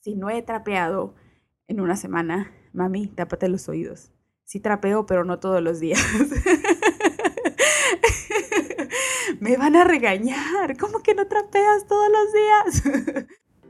Si no he trapeado en una semana, mami, tápate los oídos. Sí trapeo, pero no todos los días. Me van a regañar. ¿Cómo que no trapeas todos los días?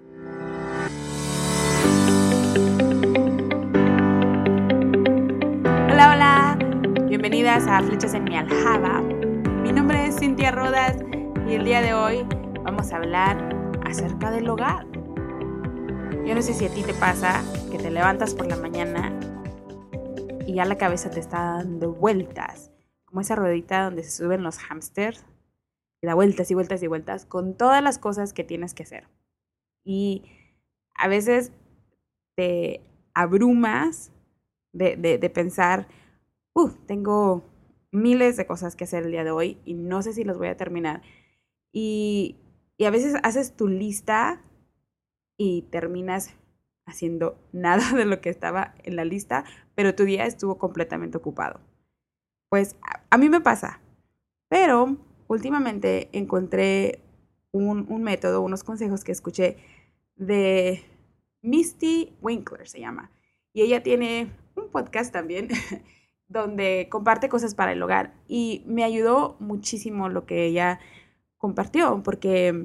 Hola, hola. Bienvenidas a Flechas en mi aljaba. Mi nombre es Cintia Rodas y el día de hoy vamos a hablar acerca del hogar. Yo no sé si a ti te pasa que te levantas por la mañana y ya la cabeza te está dando vueltas, como esa ruedita donde se suben los hámsters y da vueltas y vueltas y vueltas con todas las cosas que tienes que hacer. Y a veces te abrumas de pensar, tengo miles de cosas que hacer el día de hoy y no sé si las voy a terminar. Y, y a veces haces tu lista y terminas haciendo nada de lo que estaba en la lista, pero tu día estuvo completamente ocupado. Pues a mí me pasa, pero últimamente encontré un método, unos consejos que escuché de Misty Winkler, se llama. Y ella tiene un podcast también donde comparte cosas para el hogar. Y me ayudó muchísimo lo que ella compartió, porque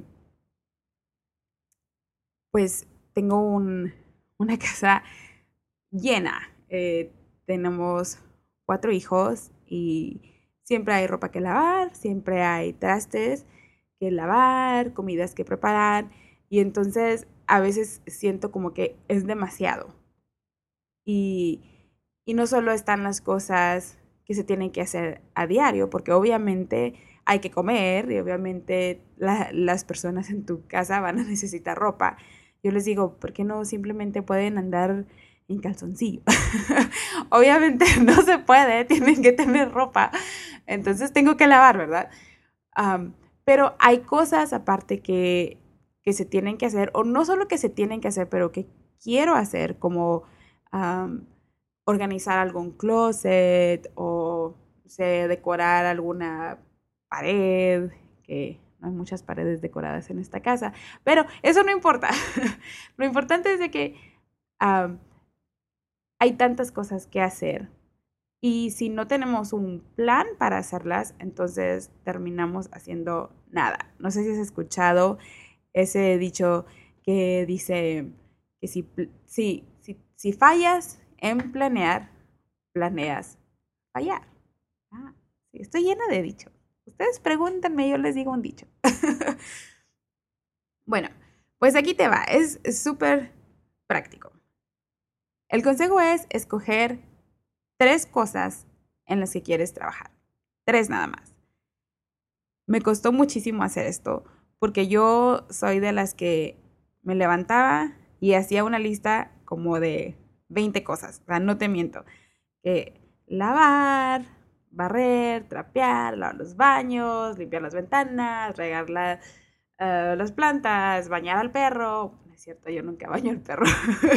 pues tengo una casa llena. Tenemos 4 hijos y siempre hay ropa que lavar, siempre hay trastes que lavar, comidas que preparar y entonces a veces siento como que es demasiado. Y, y no solo están las cosas que se tienen que hacer a diario, porque obviamente hay que comer y obviamente las personas en tu casa van a necesitar ropa. Yo les digo, ¿por qué no simplemente pueden andar en calzoncillo? Obviamente no se puede, tienen que tener ropa. Entonces tengo que lavar, ¿verdad? Pero hay cosas aparte que se tienen que hacer, o no solo que se tienen que hacer, pero que quiero hacer, como um, organizar algún closet o no sé, decorar alguna pared, que no hay muchas paredes decoradas en esta casa, pero eso no importa. Lo importante es de que um, hay tantas cosas que hacer y si no tenemos un plan para hacerlas, entonces terminamos haciendo nada. No sé si has escuchado ese dicho que dice que si fallas en planear, planeas fallar. Ah, sí, estoy llena de dichos. Ustedes pregúntenme, yo les digo un dicho. Bueno, pues aquí te va. Es súper práctico. El consejo es escoger 3 cosas en las que quieres trabajar. 3 nada más. Me costó muchísimo hacer esto porque yo soy de las que me levantaba y hacía una lista como de 20 cosas. O sea, no te miento. Lavar, barrer, trapear, lavar los baños, limpiar las ventanas, regar las plantas, bañar al perro. No es cierto, yo nunca baño al perro.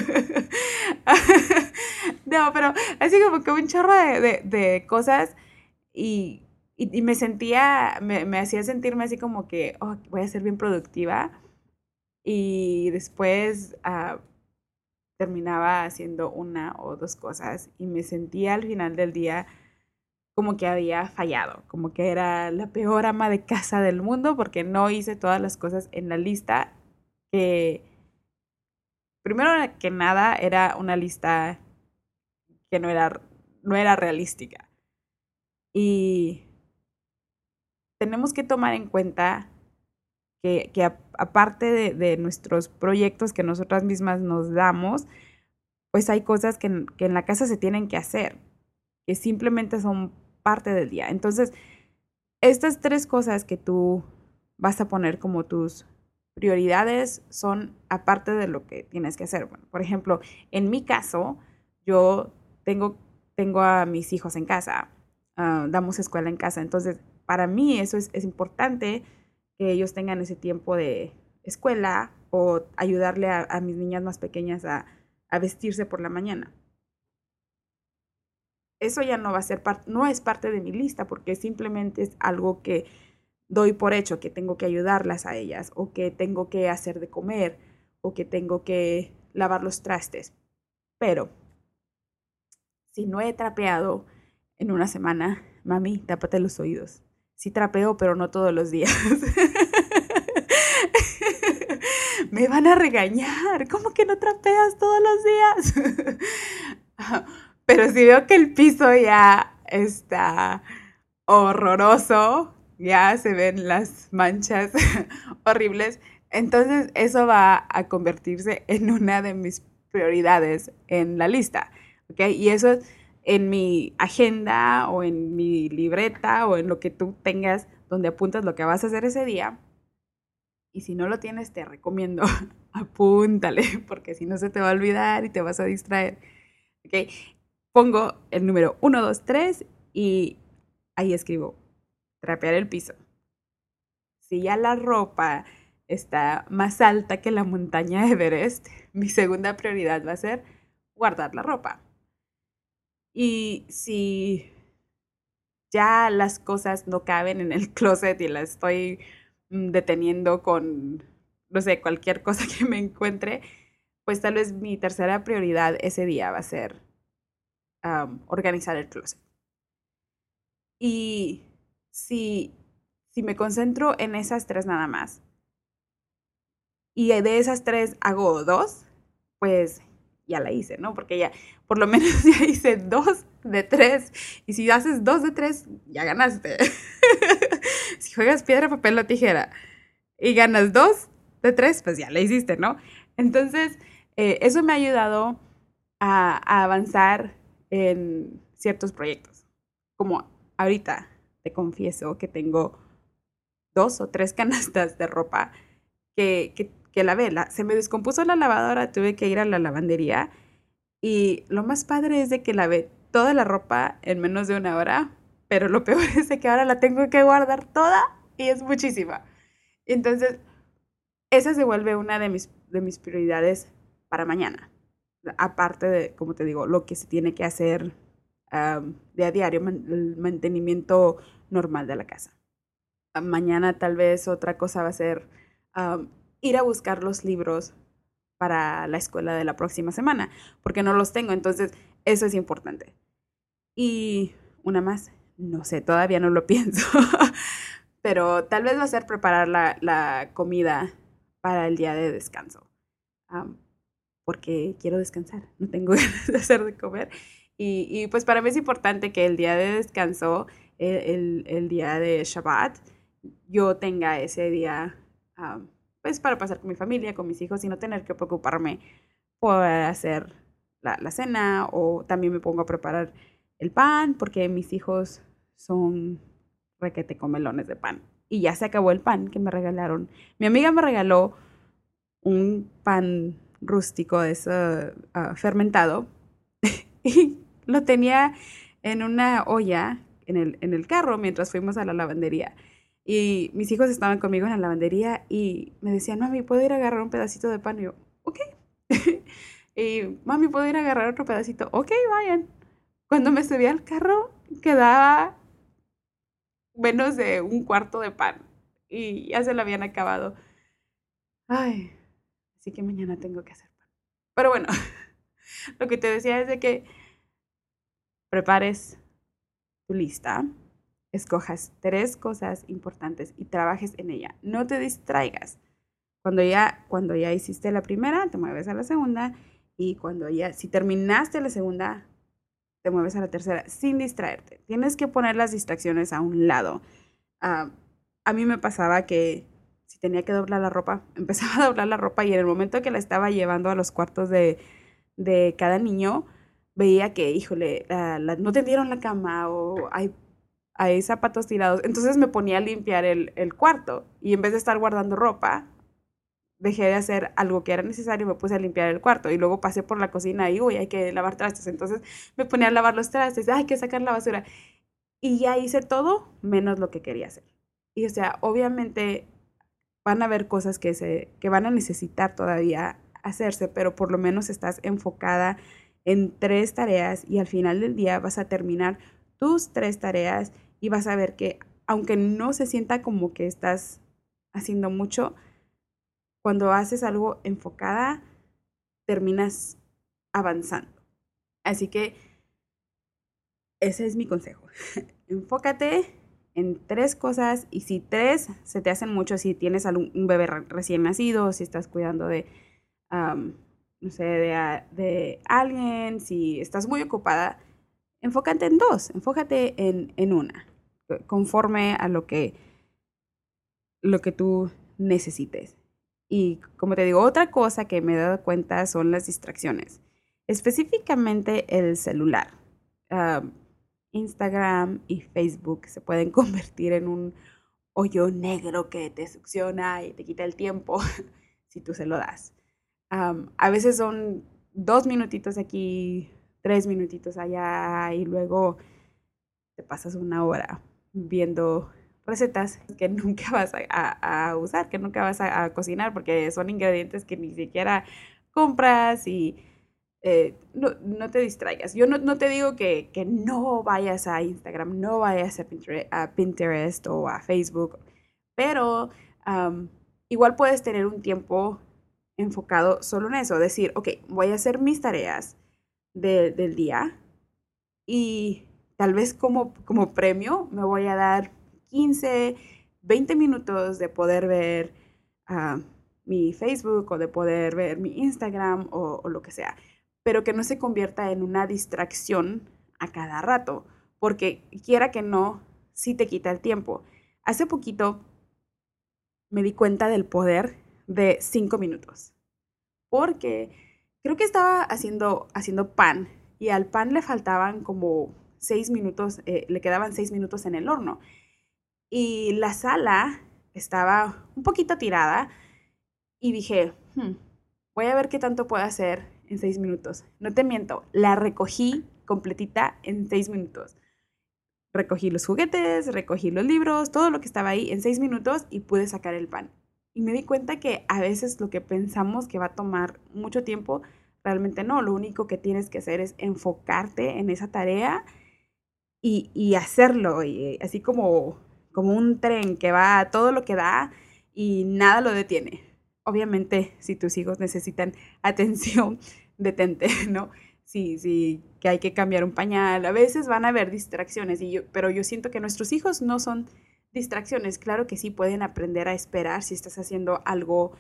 No, pero así como que un chorro de cosas y, y me sentía, me hacía sentirme así como que voy a ser bien productiva y después terminaba haciendo 1 o 2 cosas y me sentía al final del día como que había fallado, como que era la peor ama de casa del mundo porque no hice todas las cosas en la lista que, primero que nada, era una lista que no era realística. Y tenemos que tomar en cuenta que aparte de nuestros proyectos que nosotras mismas nos damos, pues hay cosas que en la casa se tienen que hacer, que simplemente son parte del día. Entonces, estas 3 cosas que tú vas a poner como tus prioridades son aparte de lo que tienes que hacer. Bueno, por ejemplo, en mi caso, yo tengo a mis hijos en casa, damos escuela en casa, entonces para mí eso es importante que ellos tengan ese tiempo de escuela o ayudarle a mis niñas más pequeñas a vestirse por la mañana. Eso ya no va a ser no es parte de mi lista porque simplemente es algo que doy por hecho, que tengo que ayudarlas a ellas o que tengo que hacer de comer o que tengo que lavar los trastes. Pero si no he trapeado en una semana, mami, tápate los oídos. Sí trapeo, pero no todos los días. Me van a regañar. ¿Cómo que no trapeas todos los días? Pero si veo que el piso ya está horroroso, ya se ven las manchas horribles, entonces eso va a convertirse en una de mis prioridades en la lista, ¿ok? Y eso en mi agenda o en mi libreta o en lo que tú tengas donde apuntas lo que vas a hacer ese día. Y si no lo tienes, te recomiendo, apúntale, porque si no se te va a olvidar y te vas a distraer, ¿ok? Pongo el número 1, 2, 3 y ahí escribo, trapear el piso. Si ya la ropa está más alta que la montaña Everest, mi segunda prioridad va a ser guardar la ropa. Y si ya las cosas no caben en el closet y las estoy deteniendo con, no sé, cualquier cosa que me encuentre, pues tal vez mi tercera prioridad ese día va a ser organizar el closet. Y si me concentro en esas tres nada más, y de esas tres hago dos, pues ya la hice, ¿no? Porque ya, por lo menos ya hice 2 de 3. Y si haces 2 de 3, ya ganaste. Si juegas piedra, papel o tijera y ganas 2 de 3, pues ya la hiciste, ¿no? Entonces, eso me ha ayudado a avanzar en ciertos proyectos. Como ahorita te confieso que tengo 2 o 3 canastas de ropa que lavé. Se me descompuso la lavadora, tuve que ir a la lavandería y lo más padre es de que lavé toda la ropa en menos de una hora, pero lo peor es de que ahora la tengo que guardar toda y es muchísima. Entonces, esa se vuelve una de mis prioridades para mañana. Aparte de, como te digo, lo que se tiene que hacer de a diario, el mantenimiento normal de la casa. Mañana tal vez otra cosa va a ser ir a buscar los libros para la escuela de la próxima semana, porque no los tengo, entonces eso es importante. Y una más, no sé, todavía no lo pienso, pero tal vez va a ser preparar la comida para el día de descanso, porque quiero descansar, no tengo ganas de hacer de comer. Y pues para mí es importante que el día de descanso, el día de Shabbat, yo tenga ese día pues para pasar con mi familia, con mis hijos y no tener que preocuparme por hacer la cena, o también me pongo a preparar el pan porque mis hijos son requete comelones de pan y ya se acabó el pan que me regalaron. Mi amiga me regaló un pan rústico de eso, fermentado y lo tenía en una olla en el carro mientras fuimos a la lavandería. Y mis hijos estaban conmigo en la lavandería y me decían, mami, ¿puedo ir a agarrar un pedacito de pan? Y yo, ok. Y, mami, ¿puedo ir a agarrar otro pedacito? Ok, vayan. Cuando me subí al carro, quedaba menos de un cuarto de pan y ya se lo habían acabado. Ay, así que mañana tengo que hacer pan. Pero bueno, lo que te decía es de que prepares tu lista, escojas 3 cosas importantes y trabajes en ella. No te distraigas. Cuando ya hiciste la primera, te mueves a la segunda, y si terminaste la segunda, te mueves a la tercera sin distraerte. Tienes que poner las distracciones a un lado. A mí me pasaba que si tenía que doblar la ropa, empezaba a doblar la ropa y en el momento que la estaba llevando a los cuartos de cada niño, veía que, híjole, no tendieron la cama o hay zapatos tirados. Entonces me ponía a limpiar el cuarto y en vez de estar guardando ropa, dejé de hacer algo que era necesario y me puse a limpiar el cuarto. Y luego pasé por la cocina y, uy, hay que lavar trastes. Entonces me ponía a lavar los trastes, hay que sacar la basura. Y ya hice todo menos lo que quería hacer. Y o sea, obviamente van a haber cosas que van a necesitar todavía hacerse, pero por lo menos estás enfocada en 3 tareas y al final del día vas a terminar tus 3 tareas y vas a ver que aunque no se sienta como que estás haciendo mucho, cuando haces algo enfocada, terminas avanzando. Así que ese es mi consejo. Enfócate en 3 cosas y si 3 se te hacen mucho, si tienes un bebé recién nacido, si estás cuidando de, no sé, de alguien, si estás muy ocupada, enfócate en 2, enfócate en una, conforme a lo que tú necesites. Y como te digo, otra cosa que me he dado cuenta son las distracciones, específicamente el celular. Instagram y Facebook se pueden convertir en un hoyo negro que te succiona y te quita el tiempo si tú se lo das. A veces son 2 minutitos aquí, 3 minutitos allá y luego te pasas una hora viendo recetas que nunca vas a usar, que nunca vas a cocinar porque son ingredientes que ni siquiera compras y no te distraigas. Yo no te digo que no vayas a Instagram, no vayas a Pinterest o a Facebook, pero igual puedes tener un tiempo enfocado solo en eso. Decir, ok, voy a hacer mis tareas del día y tal vez como premio me voy a dar 15, 20 minutos de poder ver mi Facebook o de poder ver mi Instagram o lo que sea, pero que no se convierta en una distracción a cada rato, porque quiera que no, sí te quita el tiempo. Hace poquito me di cuenta del poder de 5 minutos, porque creo que estaba haciendo pan y al pan le faltaban como 6 minutos, le quedaban 6 minutos en el horno. Y la sala estaba un poquito tirada y dije, voy a ver qué tanto puedo hacer en 6 minutos. No te miento, la recogí completita en 6 minutos. Recogí los juguetes, recogí los libros, todo lo que estaba ahí en 6 minutos y pude sacar el pan. Y me di cuenta que a veces lo que pensamos que va a tomar mucho tiempo, realmente no. Lo único que tienes que hacer es enfocarte en esa tarea y hacerlo. Y así como un tren que va a todo lo que da y nada lo detiene. Obviamente, si tus hijos necesitan atención, detente, ¿no? Sí, que hay que cambiar un pañal. A veces van a haber distracciones, pero yo siento que nuestros hijos no son distracciones. Claro que sí pueden aprender a esperar si estás haciendo algo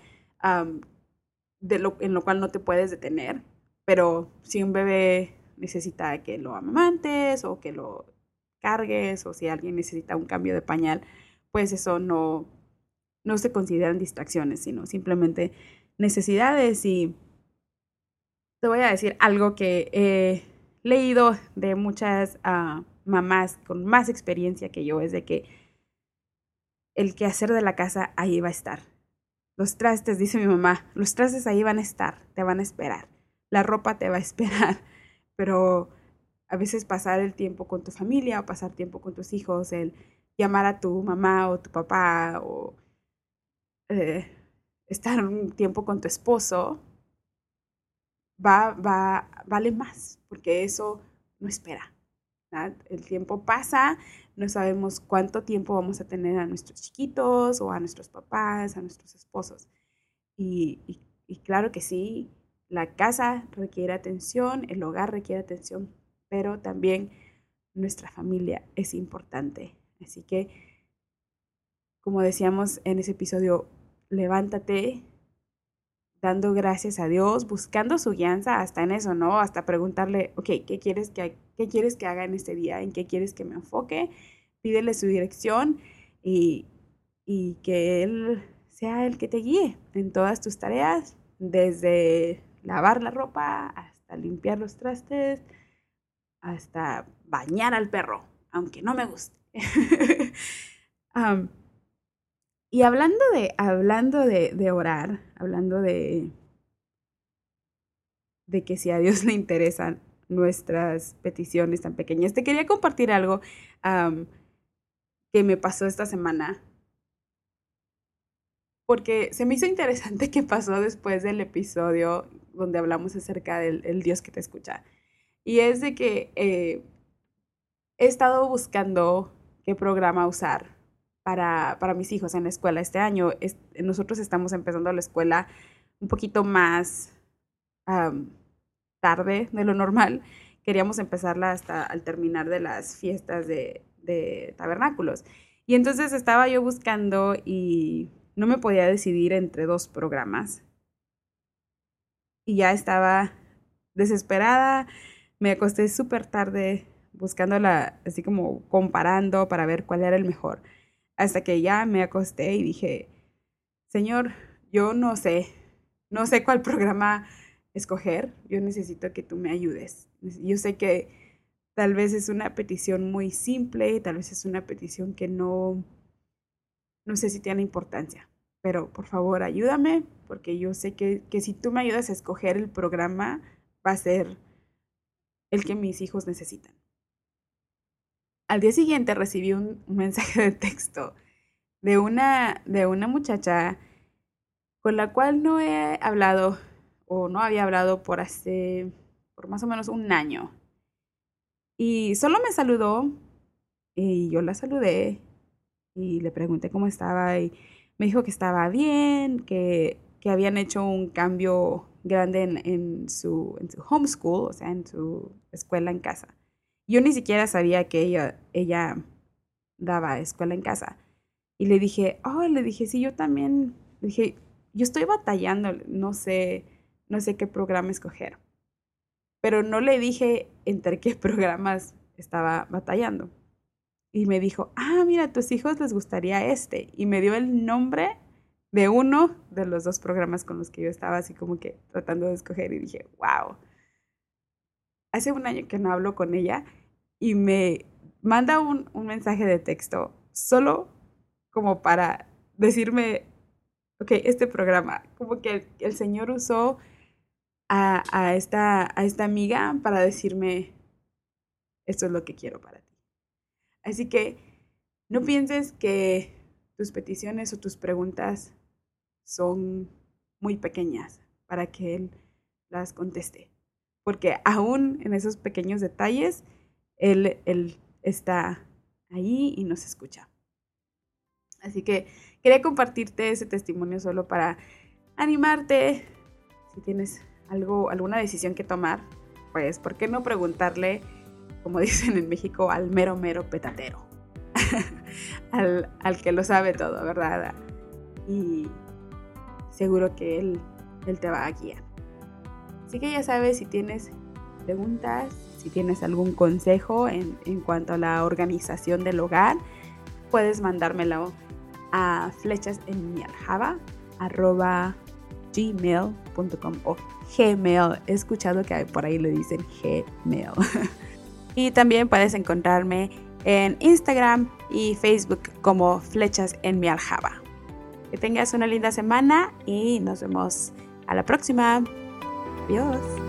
en lo cual no te puedes detener, pero si un bebé necesita que lo amamantes o que lo cargues o si alguien necesita un cambio de pañal, pues eso no se consideran distracciones, sino simplemente necesidades. Y te voy a decir algo que he leído de muchas mamás con más experiencia que yo, es de que el quehacer de la casa ahí va a estar. Los trastes, dice mi mamá, los trastes ahí van a estar, te van a esperar. La ropa te va a esperar, pero a veces pasar el tiempo con tu familia o pasar tiempo con tus hijos, el llamar a tu mamá o tu papá o eh, estar un tiempo con tu esposo, vale más, porque eso no espera, ¿verdad? El tiempo pasa, no sabemos cuánto tiempo vamos a tener a nuestros chiquitos o a nuestros papás, a nuestros esposos. Y claro que sí, la casa requiere atención, el hogar requiere atención, pero también nuestra familia es importante. Así que, como decíamos en ese episodio, levántate dando gracias a Dios, buscando su guianza hasta en eso, ¿no? Hasta preguntarle, ok, qué quieres que haga en este día? ¿En qué quieres que me enfoque? Pídele su dirección y, y que Él sea el que te guíe en todas tus tareas, desde lavar la ropa hasta limpiar los trastes, hasta bañar al perro, aunque no me guste. um, y hablando de orar, hablando de que si a Dios le interesan nuestras peticiones tan pequeñas, te quería compartir algo que me pasó esta semana, porque se me hizo interesante que pasó después del episodio donde hablamos acerca del el Dios que te escucha. Y es de que he estado buscando qué programa usar para mis hijos en la escuela este año. Nosotros estamos empezando la escuela un poquito más tarde de lo normal. Queríamos empezarla hasta al terminar de las fiestas de tabernáculos. Y entonces estaba yo buscando y no me podía decidir entre 2 programas. Y ya estaba desesperada. Me acosté súper tarde buscándola, así como comparando para ver cuál era el mejor. Hasta que ya me acosté y dije, Señor, yo no sé cuál programa escoger. Yo necesito que tú me ayudes. Yo sé que tal vez es una petición muy simple, tal vez es una petición que no sé si tiene importancia, pero por favor ayúdame, porque yo sé que si tú me ayudas a escoger el programa, va a ser el que mis hijos necesitan. Al día siguiente recibí un mensaje de texto de una muchacha con la cual no he hablado o no había hablado por más o menos un año. Y solo me saludó y yo la saludé y le pregunté cómo estaba y me dijo que estaba bien, que habían hecho un cambio grande en su homeschool, o sea, en su escuela en casa. Yo ni siquiera sabía que ella daba escuela en casa. Y le dije, sí, yo también, le dije, yo estoy batallando, no sé qué programa escoger. Pero no le dije entre qué programas estaba batallando. Y me dijo, mira, a tus hijos les gustaría este. Y me dio el nombre de uno de los 2 programas con los que yo estaba así como que tratando de escoger. Y dije, wow. Hace un año que no hablo con ella y me manda un mensaje de texto solo como para decirme, ok, este programa, como que el Señor usó a esta amiga para decirme, esto es lo que quiero para ti. Así que no pienses que tus peticiones o tus preguntas son muy pequeñas para que Él las conteste. Porque aún en esos pequeños detalles, Él está ahí y nos escucha. Así que quería compartirte ese testimonio solo para animarte. Si tienes alguna decisión que tomar, pues, ¿por qué no preguntarle, como dicen en México, al mero mero petatero? al que lo sabe todo, ¿verdad? Y seguro que él te va a guiar. Así que ya sabes, si tienes preguntas, si tienes algún consejo en cuanto a la organización del hogar, puedes mandármelo a flechasenmialjava@gmail.com o Gmail. He escuchado que por ahí le dicen Gmail. Y también puedes encontrarme en Instagram y Facebook como Flechas en mi Aljava. Que tengas una linda semana y nos vemos a la próxima. Adiós.